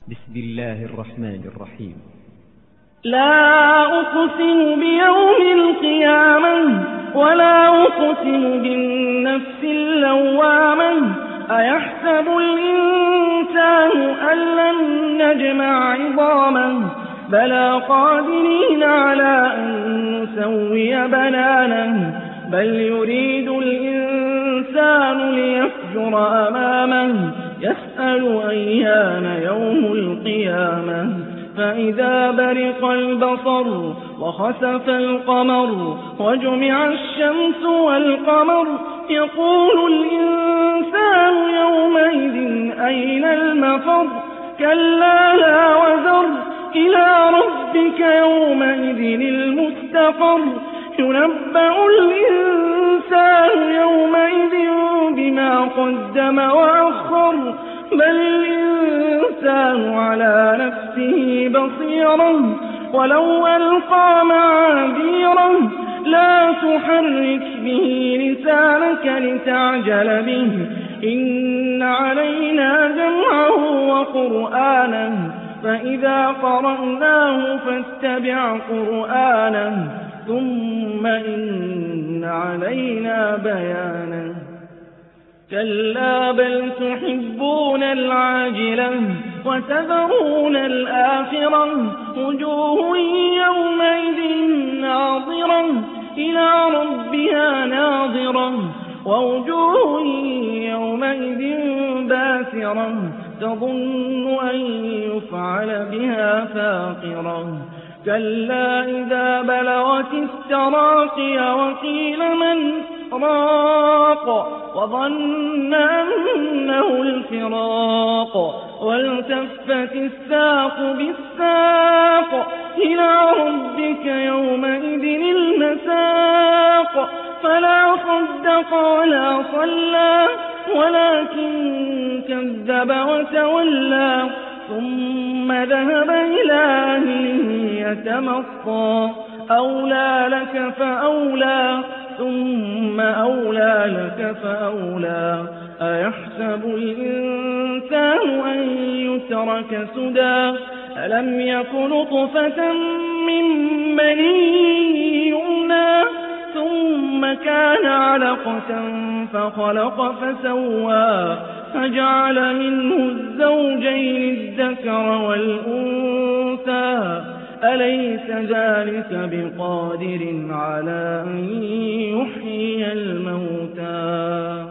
بسم الله الرحمن الرحيم. لا أقسم بيوم القيامة ولا أقسم بالنفس اللوامة أيحسب الإنسان أن لن نجمع عظامه بلى قادرين على أن نسوي بنانه بل يريد الإنسان ليفجر أمامه يسأل أيان يوم القيامة فإذا برق البصر وخسف القمر وجمع الشمس والقمر يقول الإنسان يومئذ أين المفر كلا لا وزر إلى ربك يومئذ المستقر ينبأ الإنسان يومئذ بما قدم وأخر بل الإنسان على نفسه بصيرة ولو ألقى معاذيره لا تحرك به لسانك لتعجل به إن علينا جمعه وقرآنه فإذا قرأناه فاتبع قرآنه ثم إن علينا بيانه كلا بل تحبون العاجلة وتذرون الآخرة وجوه يومئذ ناظرة إلى ربها ناظرة ووجوه يومئذ باسرة تظن أن يفعل بها فاقرة كلا إذا بلغت التراقي وقيل من راق وظن أنه الفراق والتفت الساق بالساق إلى ربك يومئذ المساق فلا صدق ولا صلى ولكن كذب وتولى ثم ذهب إلى أهله يتمطى أولى لك فأولى ثم أولى لك فأولى أيحسب الإنسان أن يترك سدى ألم يك نطفة من مني يمنى ثم كان علقة فخلق فسوى فجعل منه الزوجين الذكر والأنثى أليس ذلك بقادر على أن يحيي الموتى